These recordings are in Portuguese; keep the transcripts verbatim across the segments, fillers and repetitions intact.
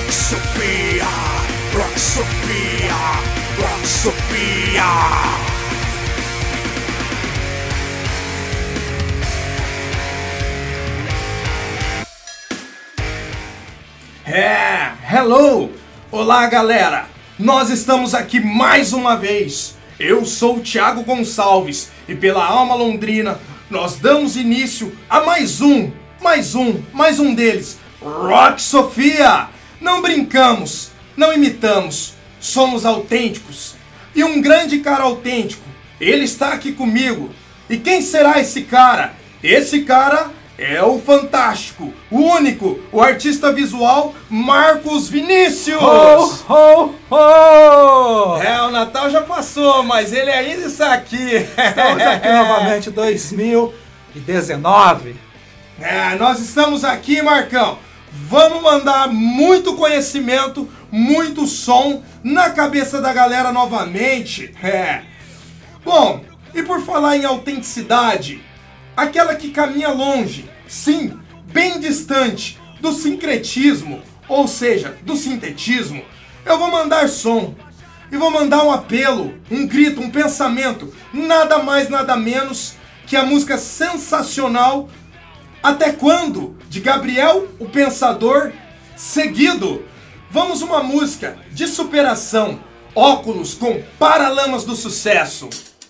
Rock Sofia, Rock Sofia, Rock Sofia. É, hello! Olá, galera! Nós estamos aqui mais uma vez. Eu sou o Thiago Gonçalves e pela Alma Londrina nós damos início a mais um, mais um, mais um deles, Rock Sofia! Não brincamos, não imitamos, somos autênticos. E um grande cara autêntico, ele está aqui comigo. E quem será esse cara? Esse cara é o fantástico, o único, o artista visual Marcos Vinícius! Ho, ho, ho! É, o Natal já passou, mas ele ainda está aqui. Estamos aqui novamente, dois mil e dezenove. É, nós estamos aqui, Marcão. Vamos mandar muito conhecimento, muito som na cabeça da galera novamente. É. Bom, e por falar em autenticidade, aquela que caminha longe, sim, bem distante do sincretismo, ou seja, do sintetismo, eu vou mandar som. E vou mandar um apelo, um grito, um pensamento, nada mais, nada menos que a música sensacional Até Quando, de Gabriel o Pensador, seguido. Vamos uma música de superação, Óculos com Paralamas do Sucesso.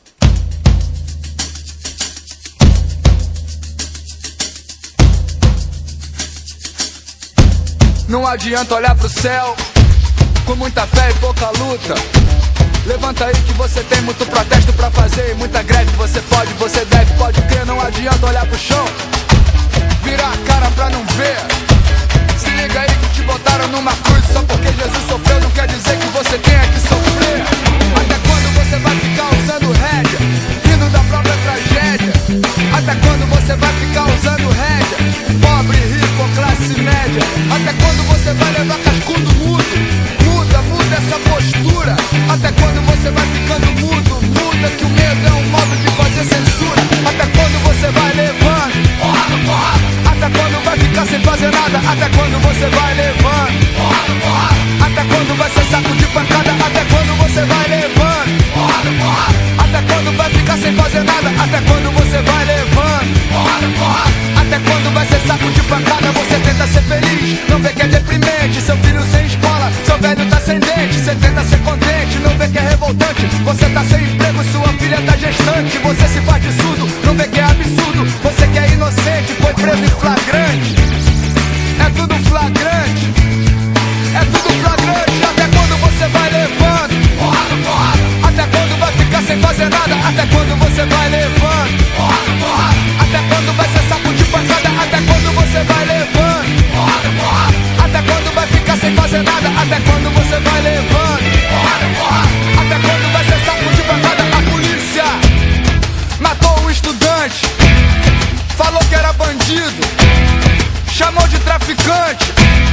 Não adianta olhar pro céu com muita fé e pouca luta. Levanta aí que você tem muito protesto pra fazer e muita greve. Você pode, você deve, pode crer. Não adianta olhar pro chão, virar a cara pra não ver. Se liga aí que te botaram numa cruz. Só porque Jesus sofreu não quer dizer que você tenha que sofrer. Até quando você vai ficar usando rédea, rindo da própria tragédia? Até quando você vai ficar usando rédea, pobre, rico ou classe média? Até quando você vai levar cascudo mudo? Muda, muda essa postura. Até quando você vai ficando mudo? Muda que o medo é um modo de fazer censura. Até quando você vai levando? Porra, porra. Até quando vai ficar sem fazer nada? Até quando você vai levando? Porra, porra. Até quando vai ser saco de pancada? Até quando você vai levando? Porra, porra. Até quando vai ficar sem fazer nada? Até quando você vai levando? Porra, porra. Até quando vai ser saco de pancada? Você tenta ser feliz, não vê que é deprimente. Seu filho sem escola, seu velho tá sem dente. Você tenta ser contente, não vê que é revoltante. Você tá sem emprego, sua filha tá gestante. Você se faz de surdo, não vê que é absurdo. Você que é inocente, foi preso em flagrante. É tudo flagrante, é tudo flagrante. Até quando você vai levando? Porrada, porrada. Até quando vai ficar sem fazer nada? Até quando você vai levando? Porrada, porrada. Até quando vai ser saco de pancada? Até quando você vai levando? Porrada, porrada. Até quando vai ficar sem fazer nada? Até quando você vai levando? Porrada, porrada. Até quando vai ser saco de pancada? A polícia matou um estudante, falou que era bandido, chamou de traficante.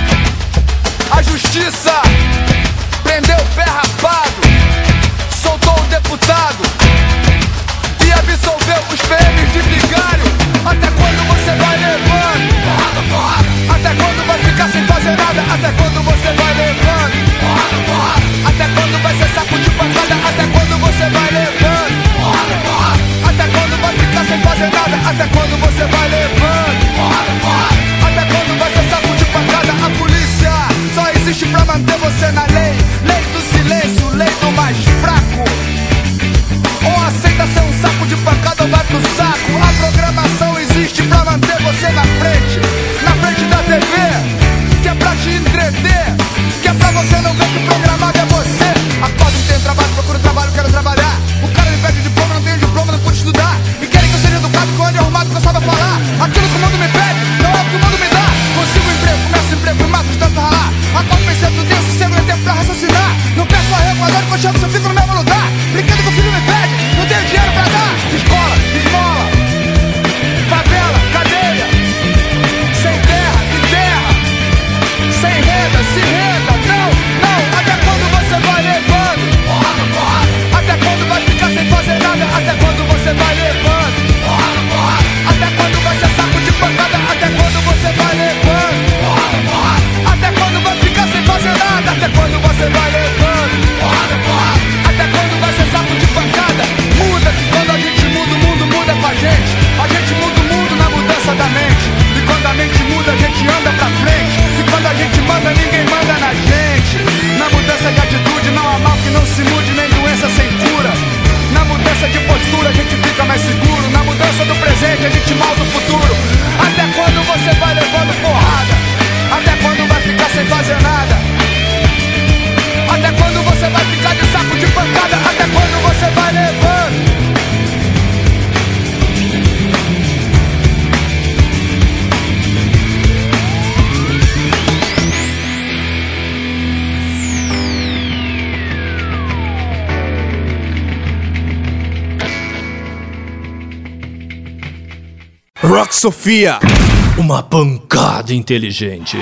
A justiça prendeu o pé rapado, soltou o deputado e absolveu os P Ms de vigário. Até quando você vai levando? Porrada, porrada. Até quando vai ficar sem fazer nada? Até quando você vai levando? Porrada, porrada. Até quando vai ser saco de pancada? Até quando você vai levando? Porrada, porrada. Até quando vai ficar sem fazer nada? Até quando você vai levando? Porrada, porrada. Até quando vai ser saco de pancada? A polícia só existe pra manter você na lei. Lei do silêncio, lei do mais fraco. Ou aceita ser um saco de pancada ou vai pro saco. A programação existe pra manter você na frente, na frente da T V, que é pra te entreter, que é pra você não ver que o programado é você. Acordo, não tenho trabalho, procuro trabalho, quero trabalhar. O cara me pede diploma, não tenho diploma, não pude estudar. E querem que eu seja educado, com olho arrumado, que eu saiba falar. Aquilo que o mundo me pede, não é o que o mundo me dá. Consigo emprego, começo emprego e mato de tanto ralar. Acordo pensando, não tenho sossego, nem tempo pra raciocinar. Não peço arrego, adoro que eu chego, se eu fico no mesmo lugar. Brincando que o filho me pede, não tenho dinheiro pra dar. Escola, esmola, favela, cadeia. Sem terra, que terra. Rock Sofia, uma pancada inteligente.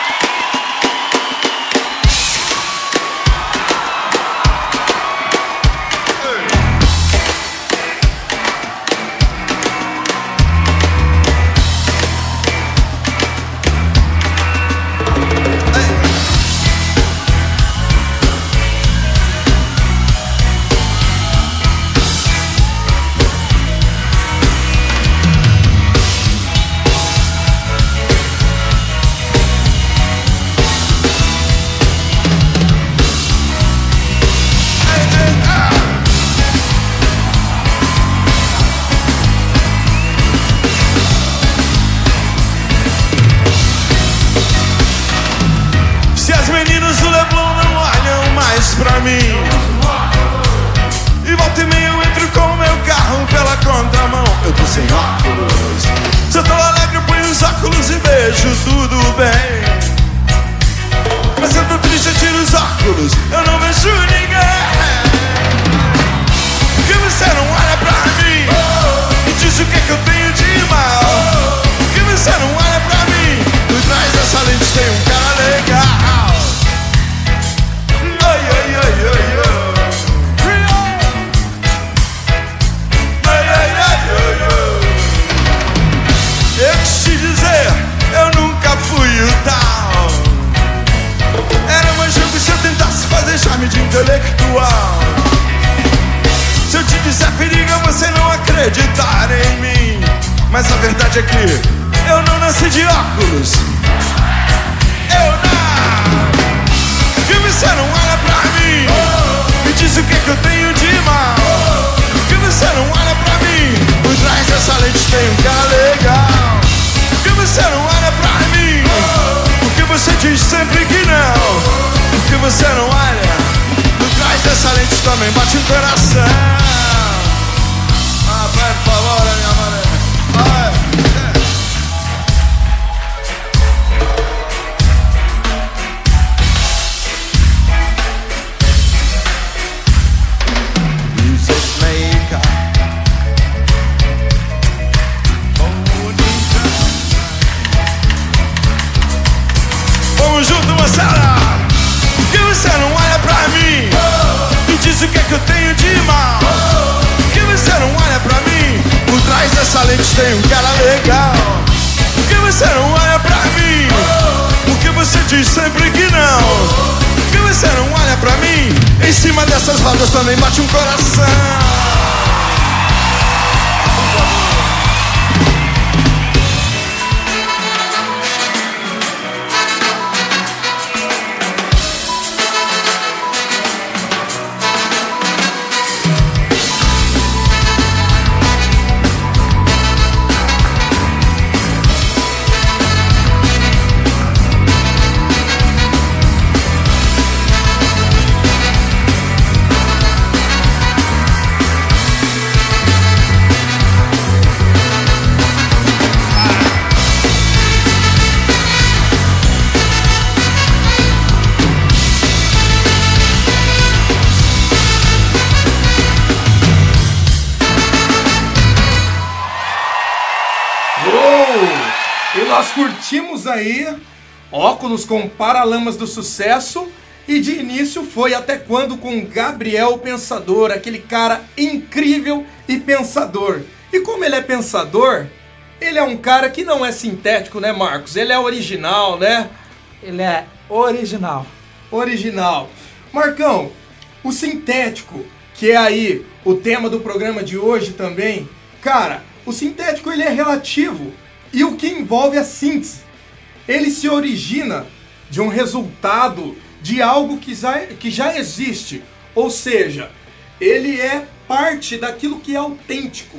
Curtimos aí Óculos com Paralamas do Sucesso, e de início foi Até Quando com Gabriel Pensador, aquele cara incrível e pensador. E como ele é pensador, ele é um cara que não é sintético, né, Marcos? Ele é original, né? Ele é original. Original. Marcão, o sintético, que é aí o tema do programa de hoje também, cara, o sintético ele é relativo. E o que envolve a síntese. Ele se origina de um resultado de algo que já, que já existe. Ou seja, ele é parte daquilo que é autêntico.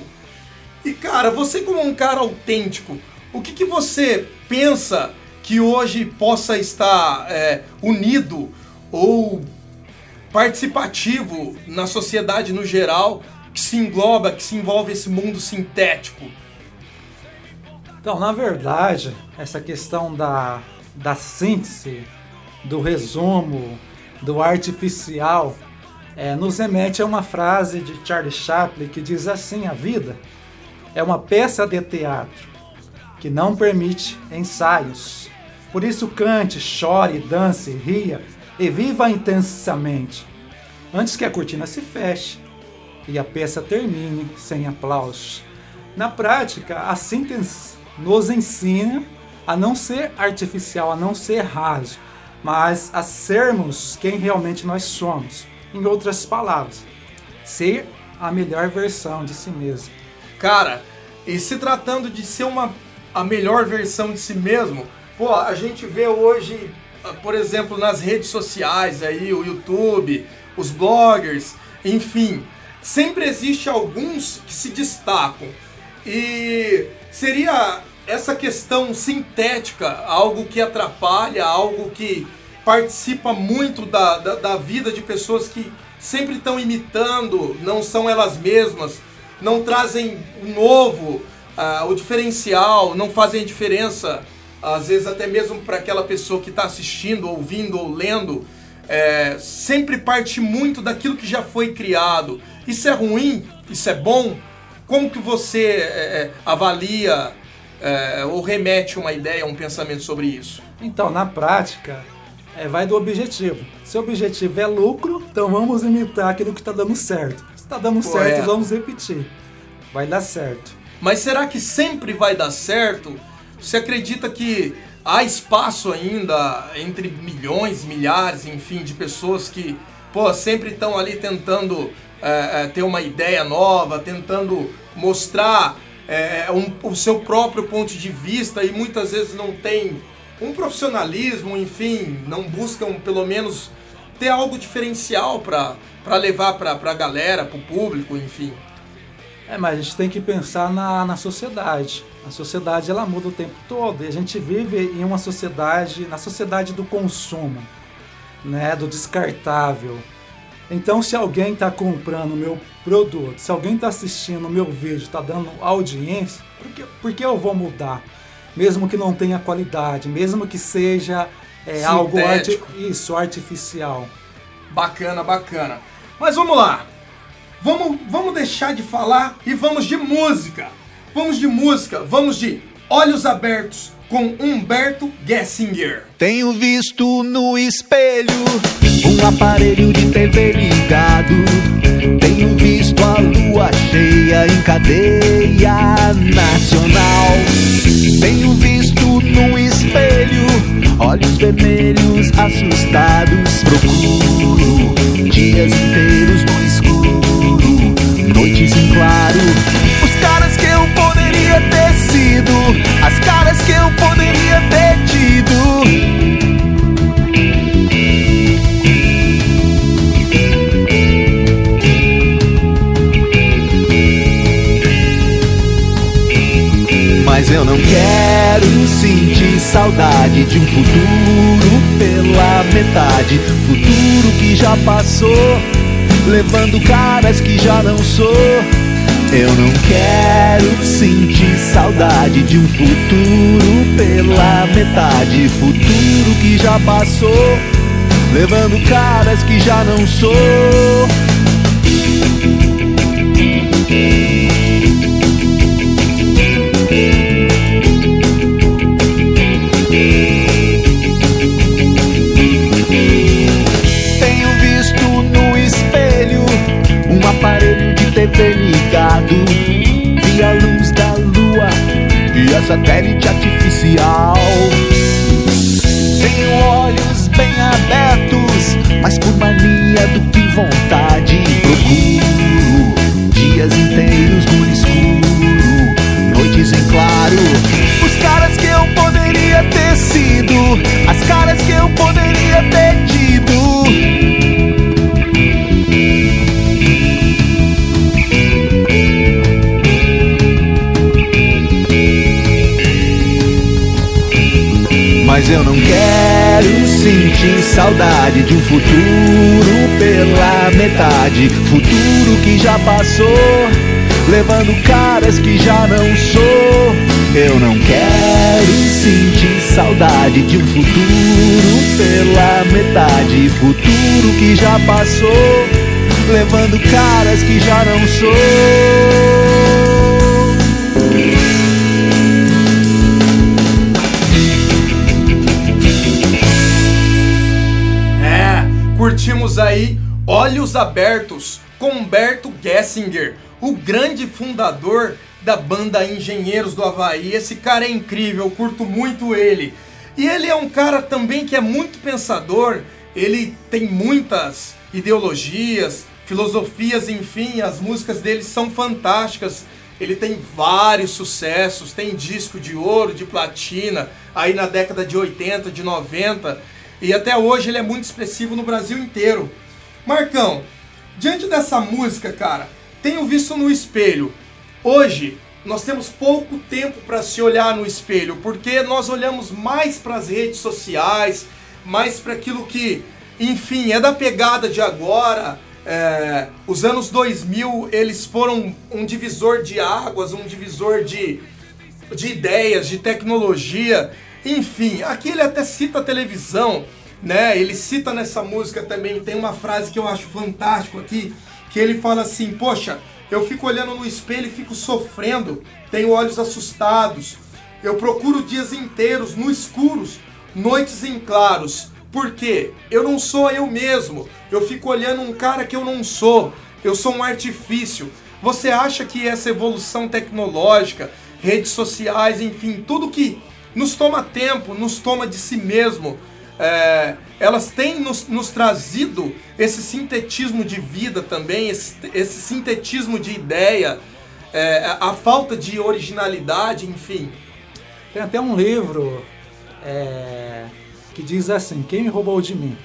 E cara, você como um cara autêntico, o que, que você pensa que hoje possa estar é, unido ou participativo na sociedade no geral, que se engloba, que se envolve esse mundo sintético? Então, na verdade, essa questão da, da síntese, do resumo, do artificial, é, nos remete a uma frase de Charlie Chaplin que diz assim: a vida é uma peça de teatro que não permite ensaios. Por isso cante, chore, dance, ria e viva intensamente, antes que a cortina se feche e a peça termine sem aplausos. Na prática, a síntese nos ensina a não ser artificial, a não ser raso, mas a sermos quem realmente nós somos. Em outras palavras, ser a melhor versão de si mesmo. Cara, e se tratando de ser uma, a melhor versão de si mesmo, pô, a gente vê hoje, por exemplo, nas redes sociais, aí, o YouTube, os bloggers, enfim, sempre existe alguns que se destacam. E seria essa questão sintética algo que atrapalha, algo que participa muito da, da, da vida de pessoas que sempre estão imitando, não são elas mesmas, não trazem o novo, uh, o diferencial, não fazem a diferença, às vezes até mesmo para aquela pessoa que está assistindo, ouvindo ou lendo, é, sempre parte muito daquilo que já foi criado. Isso é ruim? Isso é bom? Como que você é, avalia é, ou remete uma ideia, um pensamento sobre isso? Então, na prática, é, vai do objetivo. Se o objetivo é lucro, então vamos imitar aquilo que está dando certo. Se está dando Correto. certo, vamos repetir. Vai dar certo. Mas será que sempre vai dar certo? Você acredita que há espaço ainda entre milhões, milhares, enfim, de pessoas que, pô, sempre estão ali tentando é, é, ter uma ideia nova, tentando mostrar é, um, o seu próprio ponto de vista e muitas vezes não tem um profissionalismo, enfim, não buscam pelo menos ter algo diferencial para para levar para a galera, para o público, enfim. É, mas a gente tem que pensar na, na sociedade. A sociedade, ela muda o tempo todo e a gente vive em uma sociedade, na sociedade do consumo, né, do descartável. Então, se alguém está comprando o meu produto, se alguém está assistindo o meu vídeo, está dando audiência, por que, por que eu vou mudar? Mesmo que não tenha qualidade, mesmo que seja é, algo arti- isso, artificial. Bacana, bacana. Mas vamos lá. Vamos, vamos deixar de falar e vamos de música. Vamos de música, vamos de Olhos Abertos com Humberto Gessinger. Tenho visto no espelho um aparelho de T V ligado. Tenho visto a lua cheia em cadeia nacional. Tenho visto no espelho olhos vermelhos assustados. Procuro dias inteiros no escuro, noites em claro. Os caras que eu poderia ter sido, as caras que eu poderia ter tido. Mas eu não quero sentir saudade de um futuro pela metade. Futuro que já passou, levando caras que já não sou. Eu não quero sentir saudade de um futuro pela metade. Futuro que já passou, levando caras que já não sou. Tenho visto no espelho um aparelho de T V ligado. Vi a luz da lua e a satélite artificial. Tenho olhos bem abertos, mas por mania do que vontade. Procuro dias inteiros no escuro, noites em claro. Os caras que eu poderia ter sido, as caras que eu poderia ter tido. Mas eu não quero sentir saudade de um futuro pela metade. Futuro que já passou, levando caras que já não sou. Eu não quero sentir saudade de um futuro pela metade. Futuro que já passou, levando caras que já não sou. temos aí Olhos Abertos com Humberto Gessinger, o grande fundador da banda Engenheiros do Havaí. Esse cara é incrível, eu curto muito ele. E ele é um cara também que é muito pensador, ele tem muitas ideologias, filosofias, enfim, as músicas dele são fantásticas. Ele tem vários sucessos, tem disco de ouro, de platina, aí na década de oitenta, de noventa, e até hoje ele é muito expressivo no Brasil inteiro. Marcão, diante dessa música, cara, tenho visto no espelho. Hoje, nós temos pouco tempo para se olhar no espelho, porque nós olhamos mais para as redes sociais, mais para aquilo que, enfim, é da pegada de agora. É, os anos dois mil, eles foram um divisor de águas, um divisor de, de ideias, de tecnologia, enfim. Aqui ele até cita a televisão, né? Ele cita nessa música também, tem uma frase que eu acho fantástico aqui, que ele fala assim: poxa, eu fico olhando no espelho e fico sofrendo, tenho olhos assustados, eu procuro dias inteiros no escuros, noites em claros. Por quê? Eu não sou eu mesmo. Eu fico olhando um cara que eu não sou. Eu sou um artifício. Você acha que essa evolução tecnológica, redes sociais, enfim, tudo que nos toma tempo, nos toma de si mesmo, é, elas têm nos, nos trazido esse sintetismo de vida também, esse, esse sintetismo de ideia, é, a falta de originalidade, enfim. Tem até um livro... É... que diz assim: quem me roubou de mim,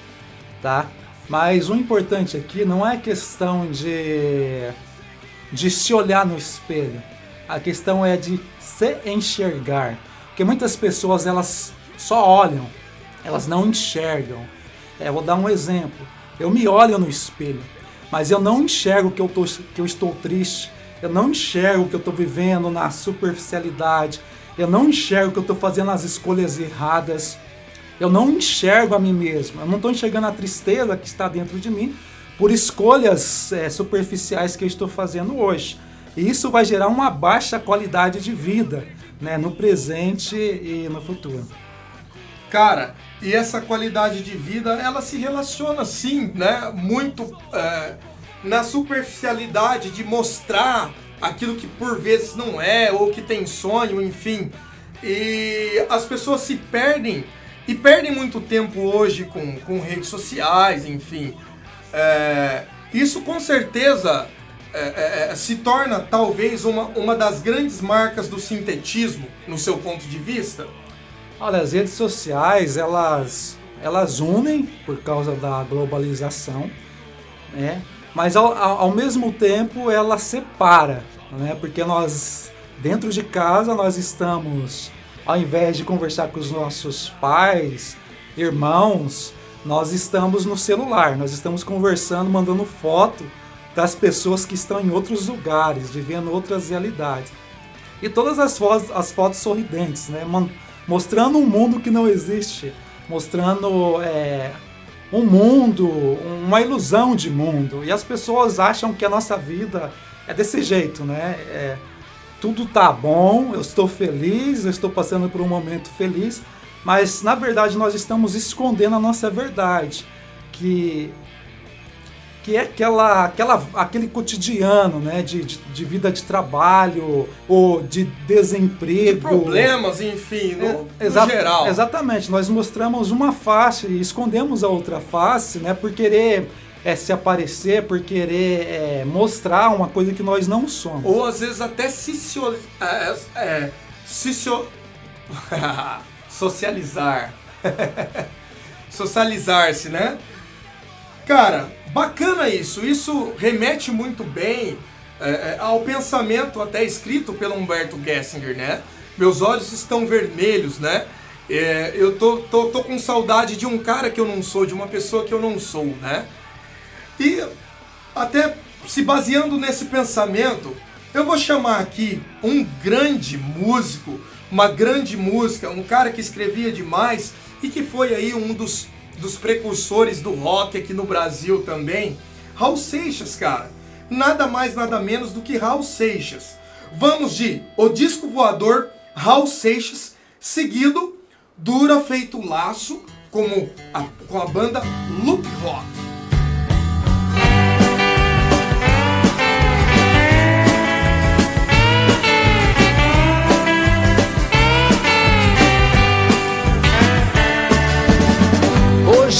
tá? Mas o importante aqui não é questão de, de se olhar no espelho, a questão é de se enxergar, porque muitas pessoas elas só olham, elas não enxergam. É, vou dar um exemplo: eu me olho no espelho, mas eu não enxergo que eu, tô, que eu estou triste, eu não enxergo que eu estou vivendo na superficialidade, eu não enxergo que eu estou fazendo as escolhas erradas. Eu não enxergo a mim mesmo, eu não estou enxergando a tristeza que está dentro de mim por escolhas é, superficiais que eu estou fazendo hoje. E isso vai gerar uma baixa qualidade de vida, né, no presente e no futuro. Cara, e essa qualidade de vida, ela se relaciona sim, né, muito é, na superficialidade de mostrar aquilo que por vezes não é, ou que tem sonho, enfim. E as pessoas se perdem, e perdem muito tempo hoje com, com redes sociais, enfim. É, isso com certeza é, é, se torna talvez uma, uma das grandes marcas do sintetismo, no seu ponto de vista. Olha, as redes sociais, elas, elas unem por causa da globalização, né? Mas ao, ao mesmo tempo ela separa, né? Porque nós, dentro de casa, nós estamos... Ao invés de conversar com os nossos pais, irmãos, nós estamos no celular, nós estamos conversando, mandando foto das pessoas que estão em outros lugares, vivendo outras realidades. E todas as fotos, as fotos sorridentes, né? Mostrando um mundo que não existe, mostrando é, um mundo, uma ilusão de mundo. E as pessoas acham que a nossa vida é desse jeito, né? É, tudo tá bom, eu estou feliz, eu estou passando por um momento feliz, mas na verdade nós estamos escondendo a nossa verdade, que, que é aquela, aquela, aquele cotidiano, né, de, de, de vida de trabalho ou de desemprego. De problemas, enfim, no, é, exa- no geral. Exatamente, nós mostramos uma face e escondemos a outra face, né, por querer... É se aparecer, por querer é, mostrar uma coisa que nós não somos. Ou às vezes até se, se, é, é, se, se socializar. Socializar-se, né? Cara, bacana isso. Isso remete muito bem é, ao pensamento até escrito pelo Humberto Gessinger, né? Meus olhos estão vermelhos, né? É, eu tô, tô, tô com saudade de um cara que eu não sou, de uma pessoa que eu não sou, né? E até se baseando nesse pensamento, eu vou chamar aqui um grande músico, uma grande música, um cara que escrevia demais e que foi aí um dos, dos precursores do rock aqui no Brasil também, Raul Seixas, cara. Nada mais, nada menos do que Raul Seixas. Vamos de O Disco Voador, Raul Seixas, seguido Dura Feito Laço, como a, com a banda Loop Rock.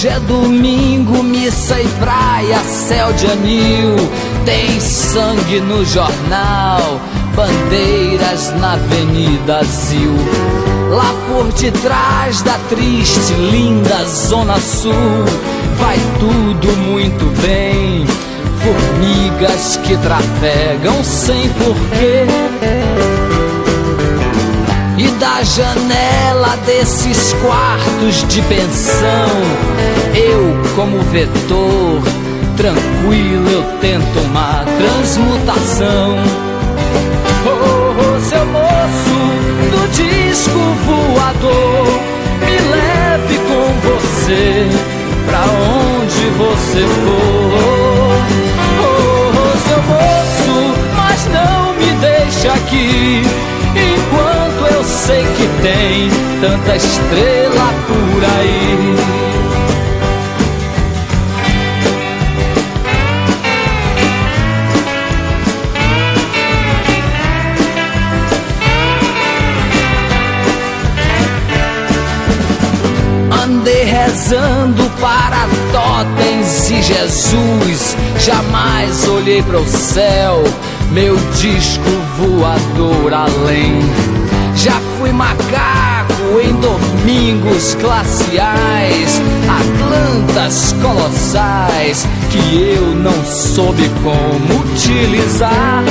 Hoje é domingo, missa e praia, céu de anil. Tem sangue no jornal, bandeiras na Avenida Zil. Lá por detrás da triste, linda Zona Sul, vai tudo muito bem. Formigas que trafegam sem porquê. E da janela desses quartos de pensão, eu como vetor, tranquilo eu tento uma transmutação. Oh, oh, seu moço do disco voador, me leve com você pra onde você for. Oh, oh, seu moço, mas não me deixe aqui, enquanto eu sei que tem tanta estrela por aí. Andei rezando para totens e Jesus, jamais olhei para o céu, meu disco voador além. Já fui macaco em domingos glaciais, Atlantas colossais que eu não soube como utilizar.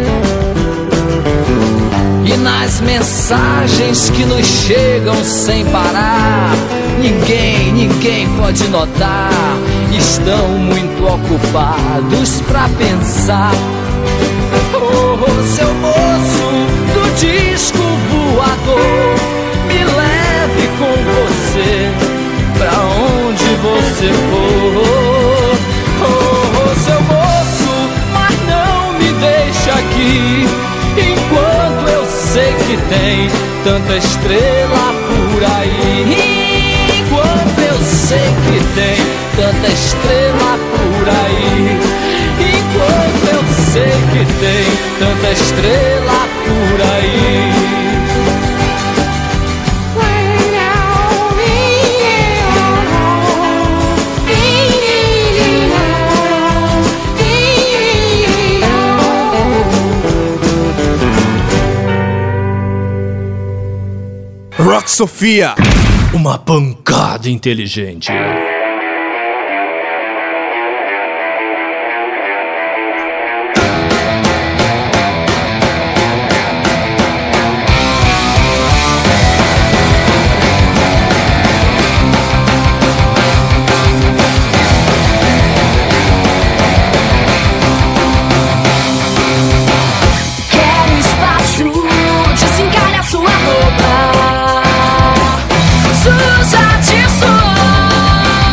E nas mensagens que nos chegam sem parar, ninguém, ninguém pode notar, estão muito ocupados pra pensar. Oh, oh, seu moço do disco voador, me leve com você pra onde você for. Oh, oh, seu moço, mas não me deixe aqui, enquanto eu sei que tem tanta estrela por aí. Enquanto eu sei que tem tanta estrela por aí. Enquanto eu sei que tem tanta estrela por aí. Rock Sofia, uma pancada inteligente. Quero espaço, desencalhe a sua roupa suja de suor.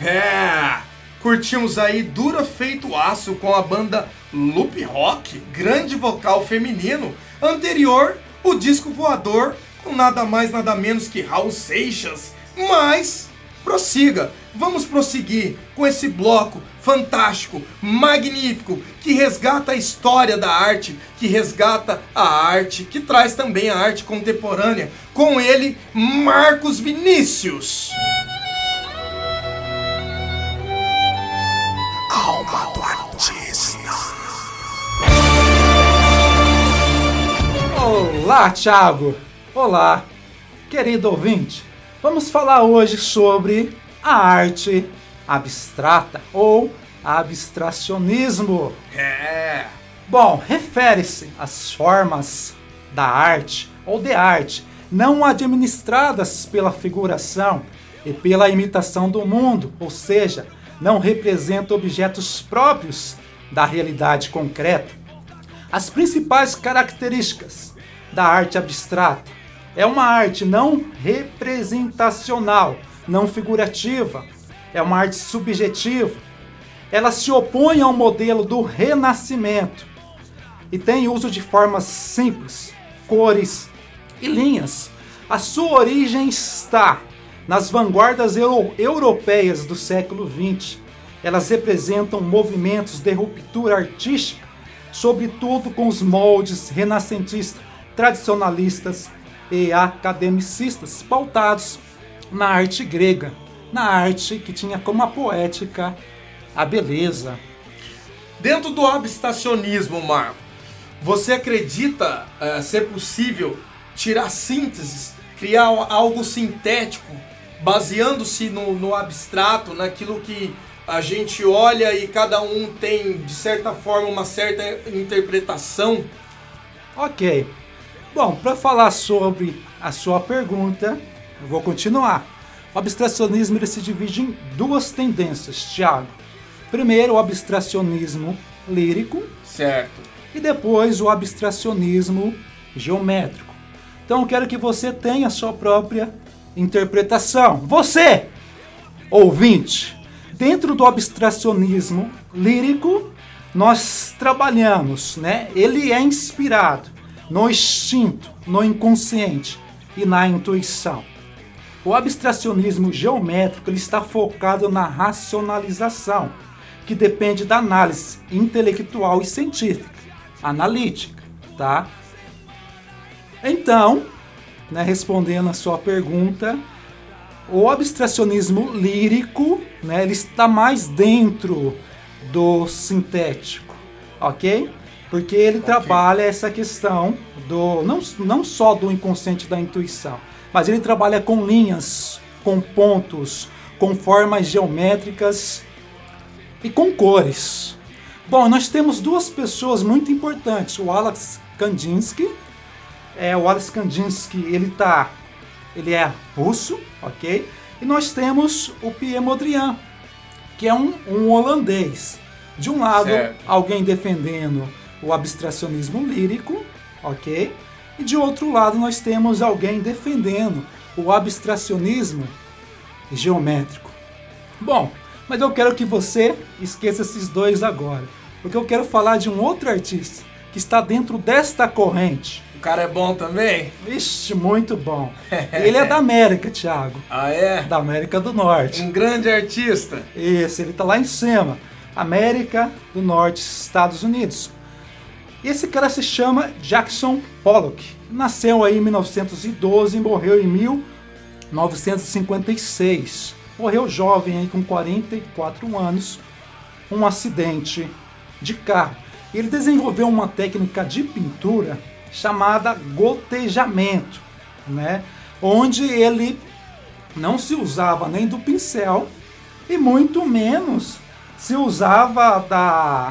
É, curtimos aí Dura Feito Aço com a banda Loop Rock, grande vocal feminino. Anterior, o disco Voador, com nada mais nada menos que Raul Seixas. Mas, prossiga, vamos prosseguir com esse bloco fantástico, magnífico, que resgata a história da arte, que resgata a arte, que traz também a arte contemporânea. Com ele, Marcos Vinícius. Alma do artista. Olá, Thiago. Olá, querido ouvinte. Vamos falar hoje sobre a arte abstrata ou abstracionismo. É. Bom, refere-se às formas da arte ou de arte não administradas pela figuração e pela imitação do mundo, ou seja, não representa objetos próprios da realidade concreta. As principais características da arte abstrata é uma arte não representacional, não figurativa, é uma arte subjetiva. Ela se opõe ao modelo do Renascimento e tem uso de formas simples, cores e linhas. A sua origem está nas vanguardas euro- europeias do século vinte. Elas representam movimentos de ruptura artística, sobretudo com os moldes renascentistas, tradicionalistas e academicistas, pautados na arte grega, na arte que tinha como a poética a beleza. Dentro do abstracionismo, Marco, você acredita uh, ser possível tirar sínteses, criar algo sintético, baseando-se no, no abstrato, naquilo que a gente olha e cada um tem, de certa forma, uma certa interpretação? Ok. Bom, para falar sobre a sua pergunta, eu vou continuar. O abstracionismo ele se divide em duas tendências, Thiago. Primeiro, o abstracionismo lírico. Certo. E depois, o abstracionismo geométrico. Então, eu quero que você tenha a sua própria interpretação. Você, ouvinte, dentro do abstracionismo lírico, nós trabalhamos, né? Ele é inspirado no instinto, no inconsciente e na intuição. O abstracionismo geométrico ele está focado na racionalização, que depende da análise intelectual e científica, analítica, tá? Então, né, respondendo a sua pergunta, o abstracionismo lírico, né, ele está mais dentro do sintético, ok? Porque ele okay. trabalha essa questão do não, não só do inconsciente e da intuição, mas ele trabalha com linhas, com pontos, com formas geométricas e com cores. Bom, nós temos duas pessoas muito importantes, o Alex Kandinsky. É, o Alex Kandinsky, ele tá, ele é russo, ok? E nós temos o Pierre Mondrian, que é um, um holandês. De um lado, certo. Alguém defendendo o abstracionismo lírico, ok? E de outro lado, nós temos alguém defendendo o abstracionismo geométrico. Bom, mas eu quero que você esqueça esses dois agora, porque eu quero falar de um outro artista que está dentro desta corrente. O cara é bom também? Vixe, muito bom. Ele é da América, Thiago. Ah, é? Da América do Norte. Um grande artista. Isso, ele tá lá em cima. América do Norte, Estados Unidos. Esse cara se chama Jackson Pollock. Nasceu aí em mil novecentos e doze e morreu em mil novecentos e cinquenta e seis. Morreu jovem aí com quarenta e quatro anos, um acidente de carro. Ele desenvolveu uma técnica de pintura chamada gotejamento, né? Onde ele não se usava nem do pincel e muito menos se usava da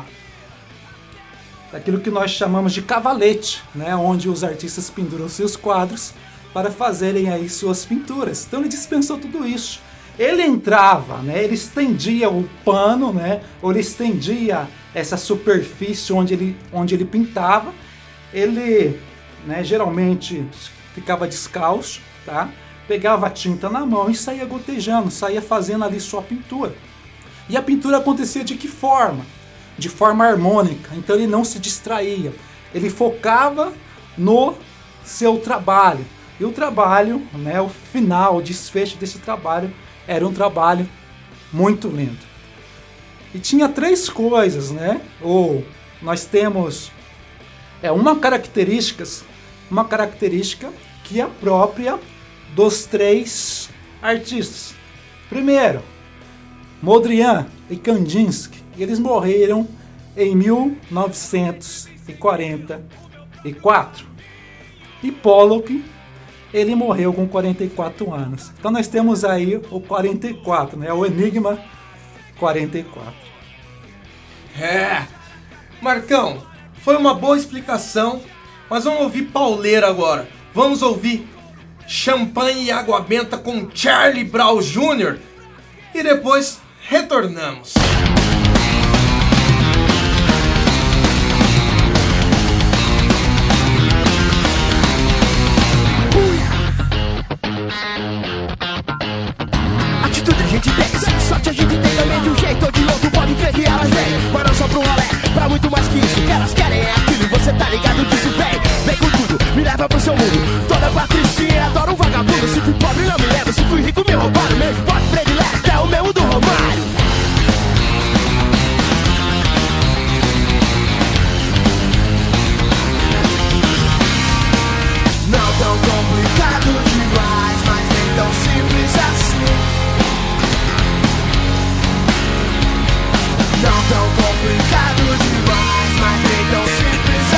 daquilo que nós chamamos de cavalete, né? Onde os artistas penduram seus quadros para fazerem aí suas pinturas. Então ele dispensou tudo isso. Ele entrava, né? Ele estendia o pano, né? Ou ele estendia essa superfície onde ele, onde ele pintava. Ele, né, geralmente ficava descalço, tá? pegava a tinta na mão e saía gotejando, saía fazendo ali sua pintura. E a pintura acontecia de que forma? De forma harmônica, então ele não se distraía, ele focava no seu trabalho. E o trabalho, né, o final, o desfecho desse trabalho era um trabalho muito lindo. E tinha três coisas, né? Ou nós temos é uma característica, uma característica que é própria dos três artistas. Primeiro, Mondrian e Kandinsky, eles morreram em mil novecentos e quarenta e quatro. E Pollock, ele morreu com quarenta e quatro anos. Então nós temos aí o quarenta e quatro, né? O Enigma quarenta e quatro. É, Marcão, foi uma boa explicação, mas vamos ouvir pauleira agora. Vamos ouvir Champanhe e Água Benta com Charlie Brown Júnior e depois retornamos. Atitude a gente tem, sorte a gente tem também de um jeito ou de outro. Pode crer que elas vêm, mas não só pro rolê, pra muito mais que isso. O que elas querem é aquilo e você tá ligado disso. Vem, vem com tudo, me leva pro seu mundo. Toda patricinha adora um vagabundo. Se fui pobre não me leva, se fui rico me roubaram. Meu esporte predileto é o mesmo do Romário. Não tão complicado demais, mas nem tão simples assim. Não tão complicado demais, mas nem tão simples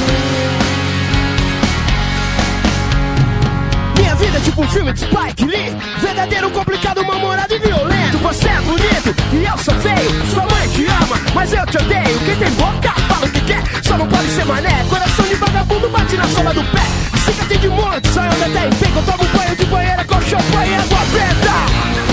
assim. Minha vida é tipo um filme de Spike Lee, verdadeiro, complicado, mal-humorado e violento. Você é bonito e eu sou feio, sua mãe te ama, mas eu te odeio. Quem tem boca fala o que quer, só não pode ser mané. Coração de vagabundo bate na sola do pé. Siga tem de monte, só eu até em pico. Eu tomo banho de banheira com champanhe e água benta.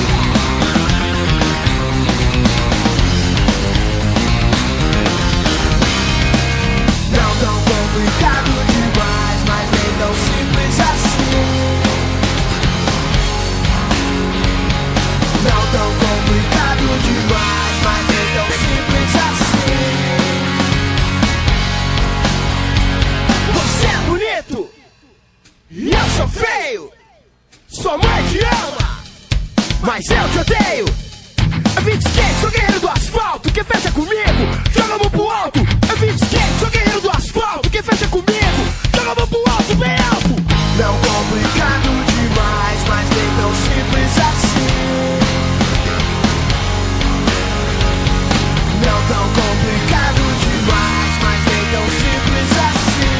Tão complicado demais, mas nem tão simples assim. Não tão complicado demais, mas nem tão simples assim. Você é bonito e eu sou feio. Sua mãe te ama, mas eu te odeio. Eu vim de skate, sou guerreiro do asfalto. Quem fecha comigo, joga a mão pro alto. Eu vim de skate, sou guerreiro do asfalto. Quem fecha comigo, joga a mão pro alto, bem alto. Não complicado demais, mas nem tão simples assim. Não tão complicado demais, mas nem tão simples assim.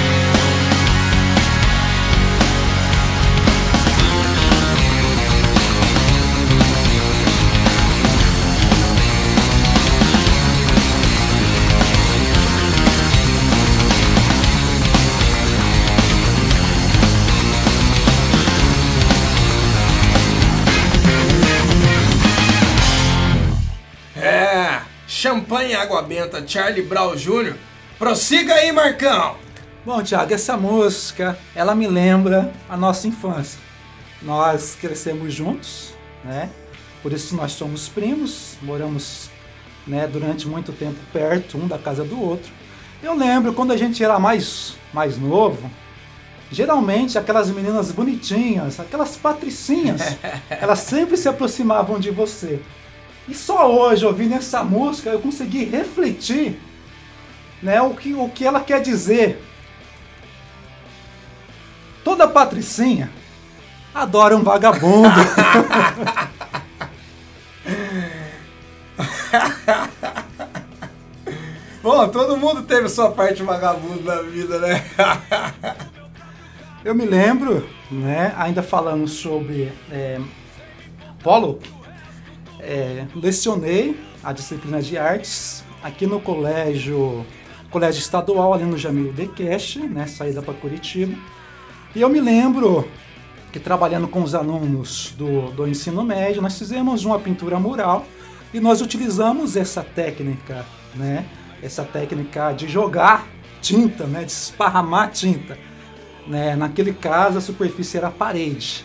Champanhe e Água Benta, Charlie Brown Júnior Prossiga aí, Marcão! Bom, Thiago, essa música, ela me lembra a nossa infância. Nós crescemos juntos, né? Por isso nós somos primos, moramos, né, durante muito tempo perto, um da casa do outro. Eu lembro quando a gente era mais, mais novo, geralmente aquelas meninas bonitinhas, aquelas patricinhas, elas sempre se aproximavam de você. E só hoje, ouvindo essa música, eu consegui refletir, né, o que, o que ela quer dizer. Toda patricinha adora um vagabundo. Bom, todo mundo teve sua parte vagabundo na vida, né? Eu me lembro, né, ainda falando sobre é, Pollock, é, lecionei a disciplina de artes aqui no colégio, colégio estadual, ali no Jamil Dekeche, né, saída para Curitiba. E eu me lembro que trabalhando com os alunos do, do ensino médio, nós fizemos uma pintura mural e nós utilizamos essa técnica, né, essa técnica de jogar tinta, né, de esparramar tinta. Né, naquele caso a superfície era a parede.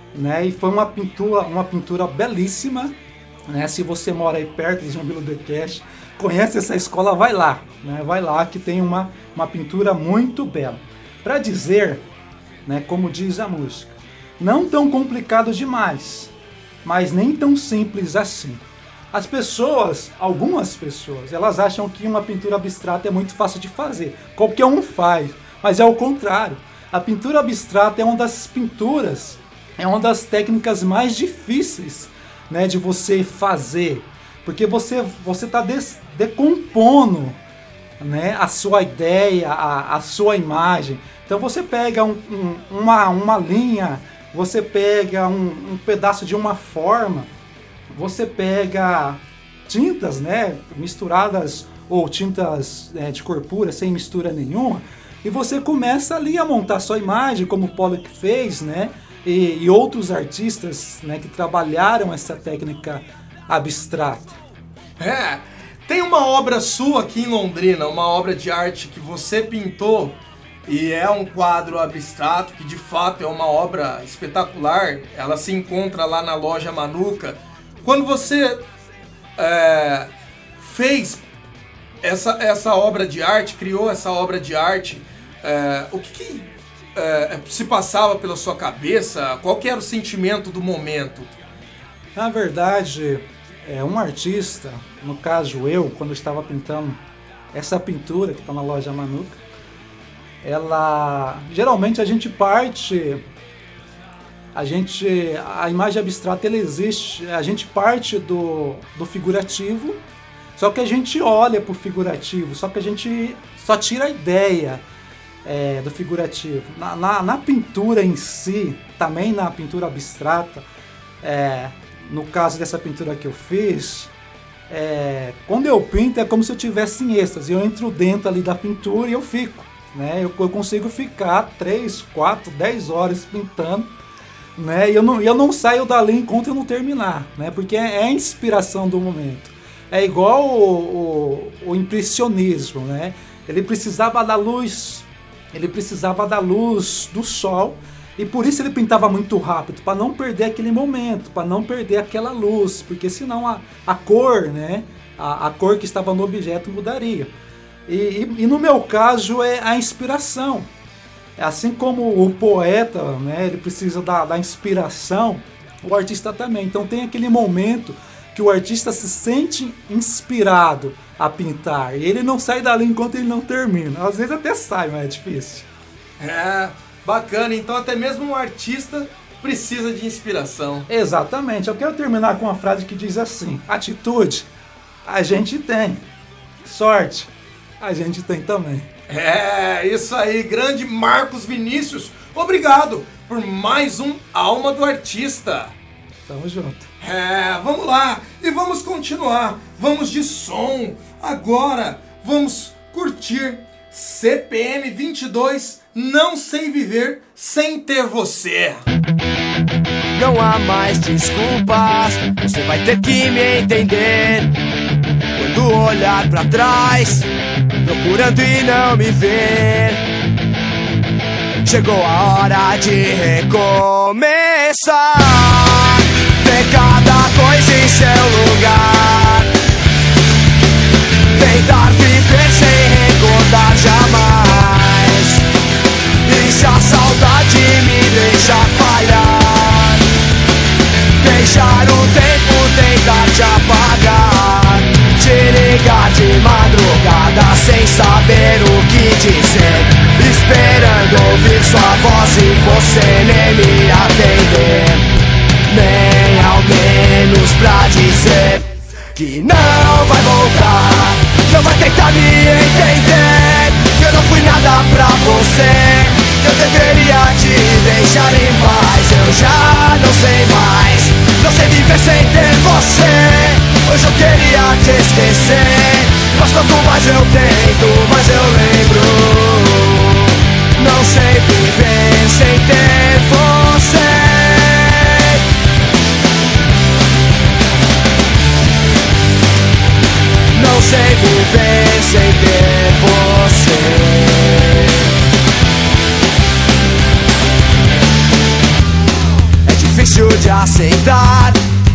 né? E foi uma pintura, uma pintura belíssima, né? Se você mora aí perto de João Vila do Oeste, conhece essa escola, vai lá, né? Vai lá que tem uma, uma pintura muito bela. Para dizer, né, como diz a música, não tão complicado demais, mas nem tão simples assim. As pessoas, algumas pessoas, elas acham que uma pintura abstrata é muito fácil de fazer. Qualquer um faz, mas é o contrário. A pintura abstrata é uma das pinturas, é uma das técnicas mais difíceis, né, de você fazer. Porque você você está decompondo, né, a sua ideia, a, a sua imagem. Então você pega um, um, uma, uma linha, você pega um, um pedaço de uma forma, você pega tintas, né, misturadas ou tintas, né, de cor pura, sem mistura nenhuma, e você começa ali a montar sua imagem, como o Pollock fez, né, e, e outros artistas, né, que trabalharam essa técnica abstrata. É, tem uma obra sua aqui em Londrina, uma obra de arte que você pintou, e é um quadro abstrato, que de fato é uma obra espetacular. Ela se encontra lá na loja Manuca. Quando você é, fez essa, essa obra de arte, criou essa obra de arte, é, o que, que é, se passava pela sua cabeça? Qual que era o sentimento do momento? Na verdade, é, um artista, no caso eu, quando eu estava pintando essa pintura que está na loja Manuca, ela, geralmente a gente parte, a gente, a imagem abstrata ela existe, a gente parte do, do figurativo, só que a gente olha para o figurativo, só que a gente só tira a ideia é, do figurativo. Na, na, na pintura em si, também na pintura abstrata, é, no caso dessa pintura que eu fiz, é, quando eu pinto é como se eu estivesse em êxtase, eu entro dentro ali da pintura e eu fico. Né, eu, eu consigo ficar três, quatro, dez horas pintando, né, e eu não, eu não saio dali enquanto eu não terminar, né, porque é, é a inspiração do momento. É igual o, o, o impressionismo, né, ele precisava da luz, ele precisava da luz do sol, e por isso ele pintava muito rápido, para não perder aquele momento, para não perder aquela luz, porque senão a, a cor, né, a, a cor que estava no objeto mudaria. E, e, e no meu caso é a inspiração. Assim como o poeta, né, ele precisa da, da inspiração, o artista também. Então tem aquele momento que o artista se sente inspirado a pintar. E ele não sai dali enquanto ele não termina. Às vezes até sai, mas é difícil. É, bacana. Então até mesmo um artista precisa de inspiração. Exatamente. Eu quero terminar com uma frase que diz assim: atitude a gente tem, sorte a gente tem também. É, isso aí, grande Marcos Vinícius. Obrigado por mais um Alma do Artista. Tamo junto. É, vamos lá. E vamos continuar. Vamos de som. Agora, vamos curtir C P M vinte e dois, Não Sei Viver Sem Ter Você. Não há mais desculpas, você vai ter que me entender. Quando olhar pra trás, procurando e não me ver, chegou a hora de recomeçar. Ter cada coisa em seu lugar, tentar viver sem recordar jamais. E se a saudade me deixa falhar, deixar o tempo tentar te apagar, te ligar de madrugada sem saber o que dizer, esperando ouvir sua voz e você nem me atender, nem ao menos pra dizer que não vai voltar, não vai tentar me entender, que eu não fui nada pra você, que eu deveria te deixar em paz. Eu já não sei mais, não sei viver sem ter você. Hoje eu queria te esquecer, mas quanto mais eu tento, mais eu lembro. Não sei viver sem ter você. Não sei viver sem ter você. aceitar,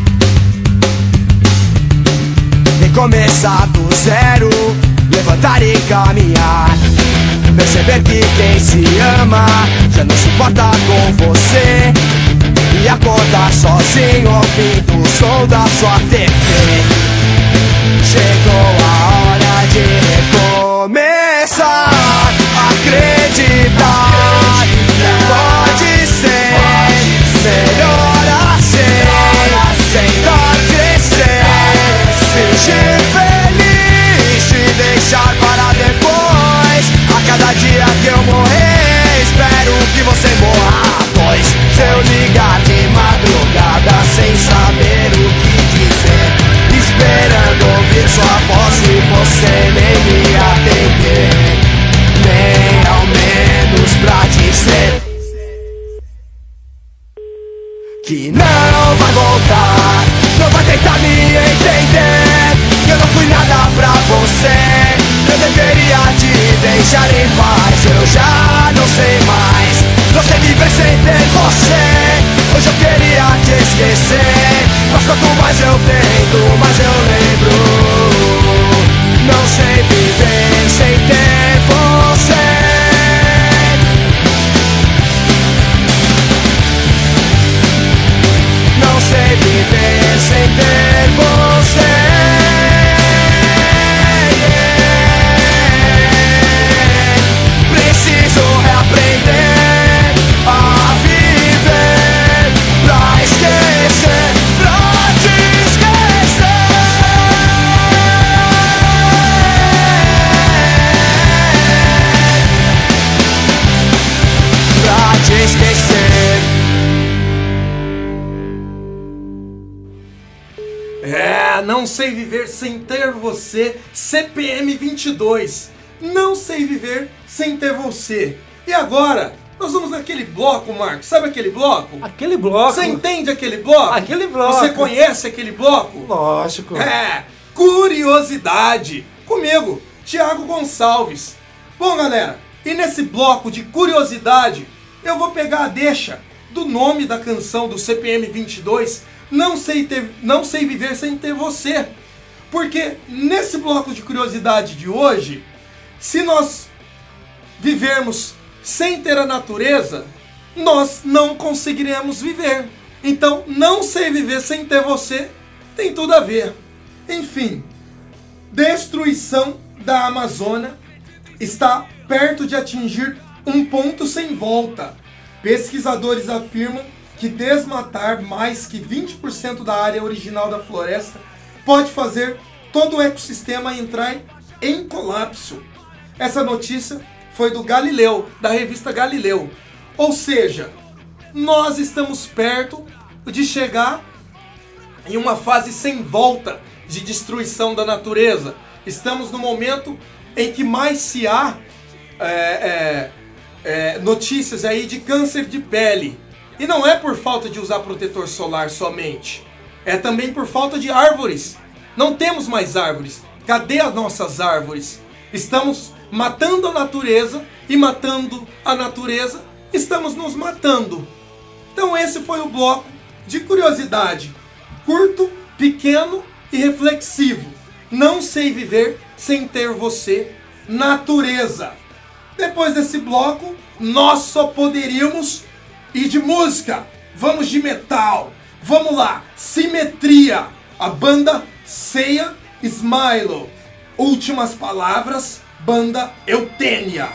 recomeçar do zero, levantar e caminhar. Perceber que quem se ama já não se importa com você, e acordar sozinho ouvindo o som da sua T V. Chegou a hora de recomeçar, acreditar. Pode ser melhor assim, tentar crescer, fingir feliz, te deixar para depois. A cada dia que eu morrer, espero que você morra. Pois se eu ligar de madrugada sem saber o que dizer, esperando ouvir sua voz e você nem me atender, nem ao menos pra dizer que não vai voltar, não vai tentar me entender, que eu não fui nada pra você. Eu deveria te deixar em paz, eu já não sei mais, não sei viver sem ter você. Hoje eu queria te esquecer, mas quanto mais eu tento, mais eu lembro. Não sei viver sem ter você. Não sei viver sem ter você. Preciso reaprender a viver, pra esquecer, pra te esquecer. Pra te esquecer. É, não sei viver sem ter você, C P M vinte e dois. Não sei viver sem ter você. E agora, nós vamos naquele bloco, Marcos. Sabe aquele bloco? Aquele bloco. Você entende aquele bloco? Aquele bloco. Você conhece aquele bloco? Lógico. É, curiosidade. Comigo, Thiago Gonçalves. Bom, galera, e nesse bloco de curiosidade, eu vou pegar a deixa do nome da canção do C P M vinte e dois, Não sei, ter, não sei viver sem ter você. Porque nesse bloco de curiosidade de hoje, se nós vivermos sem ter a natureza, nós não conseguiremos viver. Então, não sei viver sem ter você tem tudo a ver. Enfim, destruição da Amazônia está perto de atingir um ponto sem volta. Pesquisadores afirmam que desmatar mais que vinte por cento da área original da floresta pode fazer todo o ecossistema entrar em colapso. Essa notícia foi do Galileu, da revista Galileu. Ou seja, nós estamos perto de chegar em uma fase sem volta de destruição da natureza. Estamos no momento em que mais se há é, é, é, notícias aí de câncer de pele. E não é por falta de usar protetor solar somente. É também por falta de árvores. Não temos mais árvores. Cadê as nossas árvores? Estamos matando a natureza, e matando a natureza, estamos nos matando. Então esse foi o bloco de curiosidade. Curto, pequeno e reflexivo. Não sei viver sem ter você, natureza. Depois desse bloco, nós só poderíamos ir de música. Vamos de metal. Vamos lá, Simetria. A banda Ceia Smilo. Últimas palavras, banda Eutênia.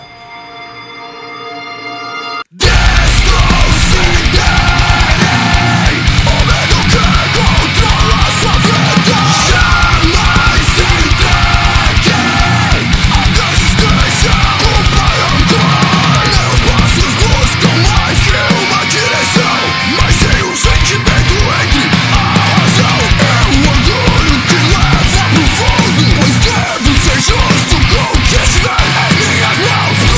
Pois devo ser justo com o que estiver em minhas mãos.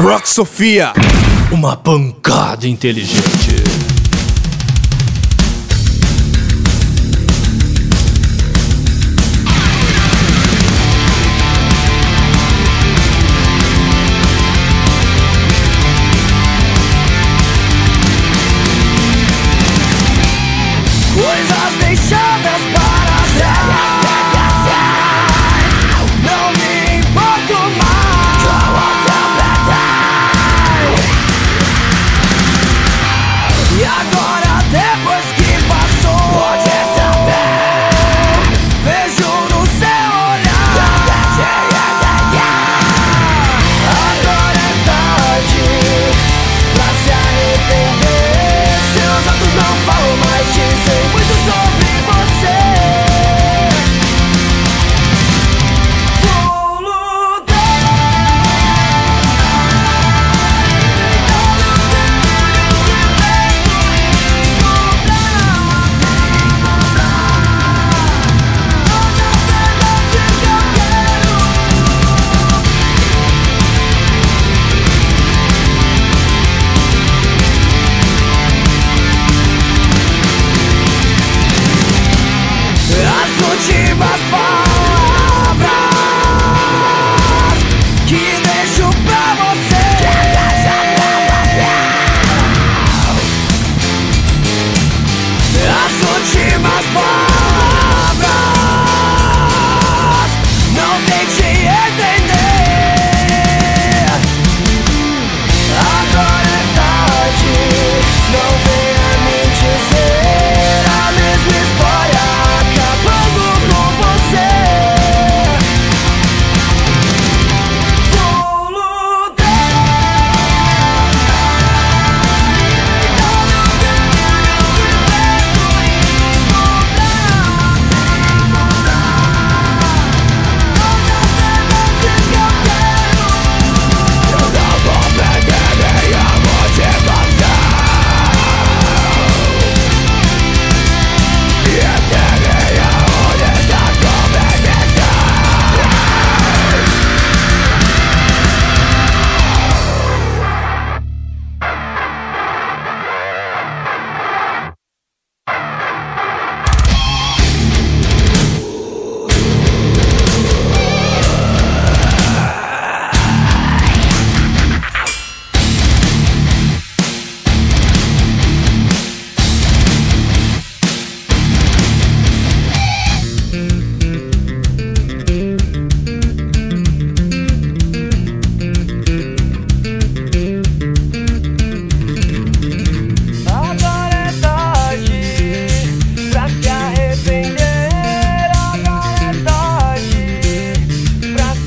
Rock Sofia, uma pancada inteligente. Coisas deixadas para trás, não me importo mais. E agora depois que passou, pode saber, vejo no seu olhar. Agora é tarde pra se arrepender. Seus atos não falam mais, dizem muito sobre você. Vou as últimas palavras que deixo pra você. As últimas palavras, não tente entender. Agora é tarde, não venha me dizer a mesma história acabando com você. Vou Agora é tarde pra se arrepender. Agora é tarde pra se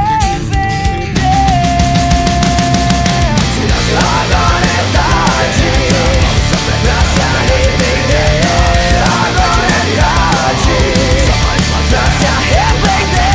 arrepender. Agora é tarde pra se arrepender. Agora é tarde pra se arrepender.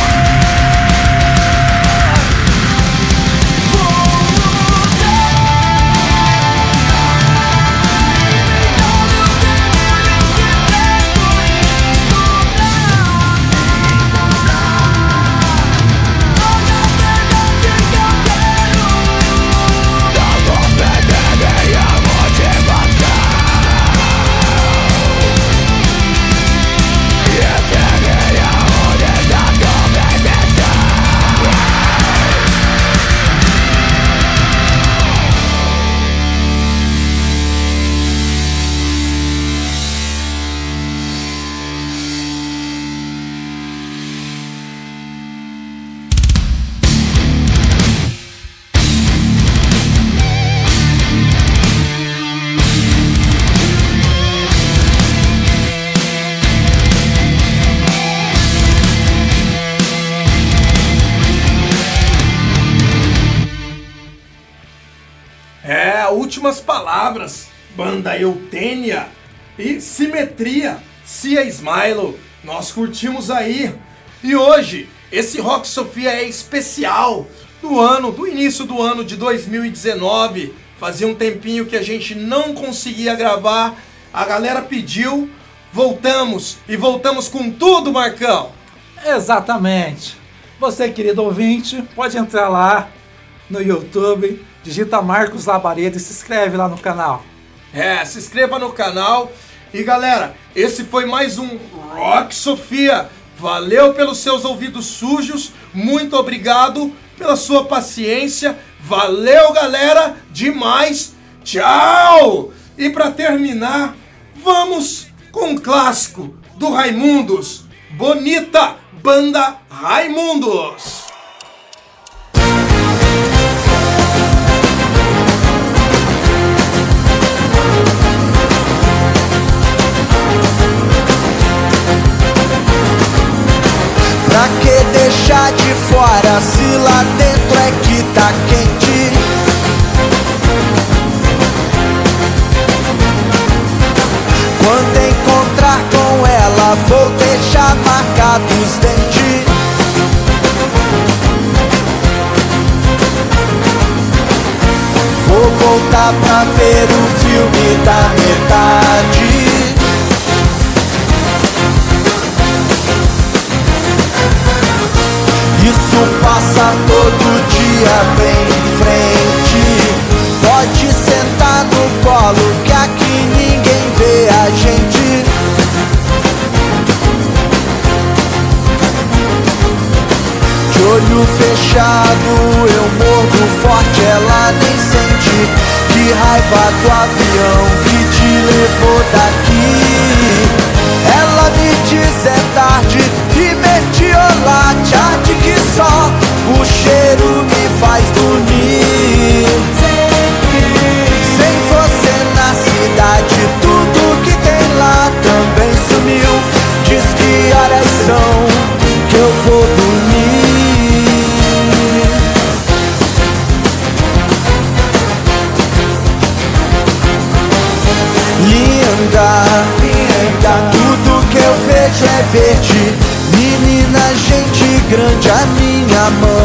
É, últimas palavras, banda Eutênia e Simetria, Cia Smilo, nós curtimos aí. E hoje, esse Rock Sofia é especial do ano, do início do ano de dois mil e dezenove. Fazia um tempinho que a gente não conseguia gravar, a galera pediu, voltamos e voltamos com tudo, Marcão. Exatamente. Você, querido ouvinte, pode entrar lá, no YouTube, digita Marcos Labareda e se inscreve lá no canal. É, se inscreva no canal. E galera, esse foi mais um Rock Sofia. Valeu pelos seus ouvidos sujos, muito obrigado pela sua paciência. Valeu, galera, demais. Tchau! E pra terminar, vamos com um clássico do Raimundos. Bonita, banda Raimundos. Pra que deixar de fora se lá dentro é que tá quente? Quando encontrar com ela vou deixar marcados os dentes. Vou voltar pra ver o filme da metade. Isso passa todo dia bem em frente. Pode sentar no colo que aqui ninguém vê a gente. De olho fechado eu mordo forte, ela nem sente. Que raiva do avião que te levou daqui. Ela me diz é tarde e metiolate, arde que só o cheiro me faz dormir. Sem você na cidade, tudo que tem lá também sumiu. Diz que horas são que eu vou dormir. Linda, linda, tudo que eu vejo é verde. Menina, gente grande, a minha mãe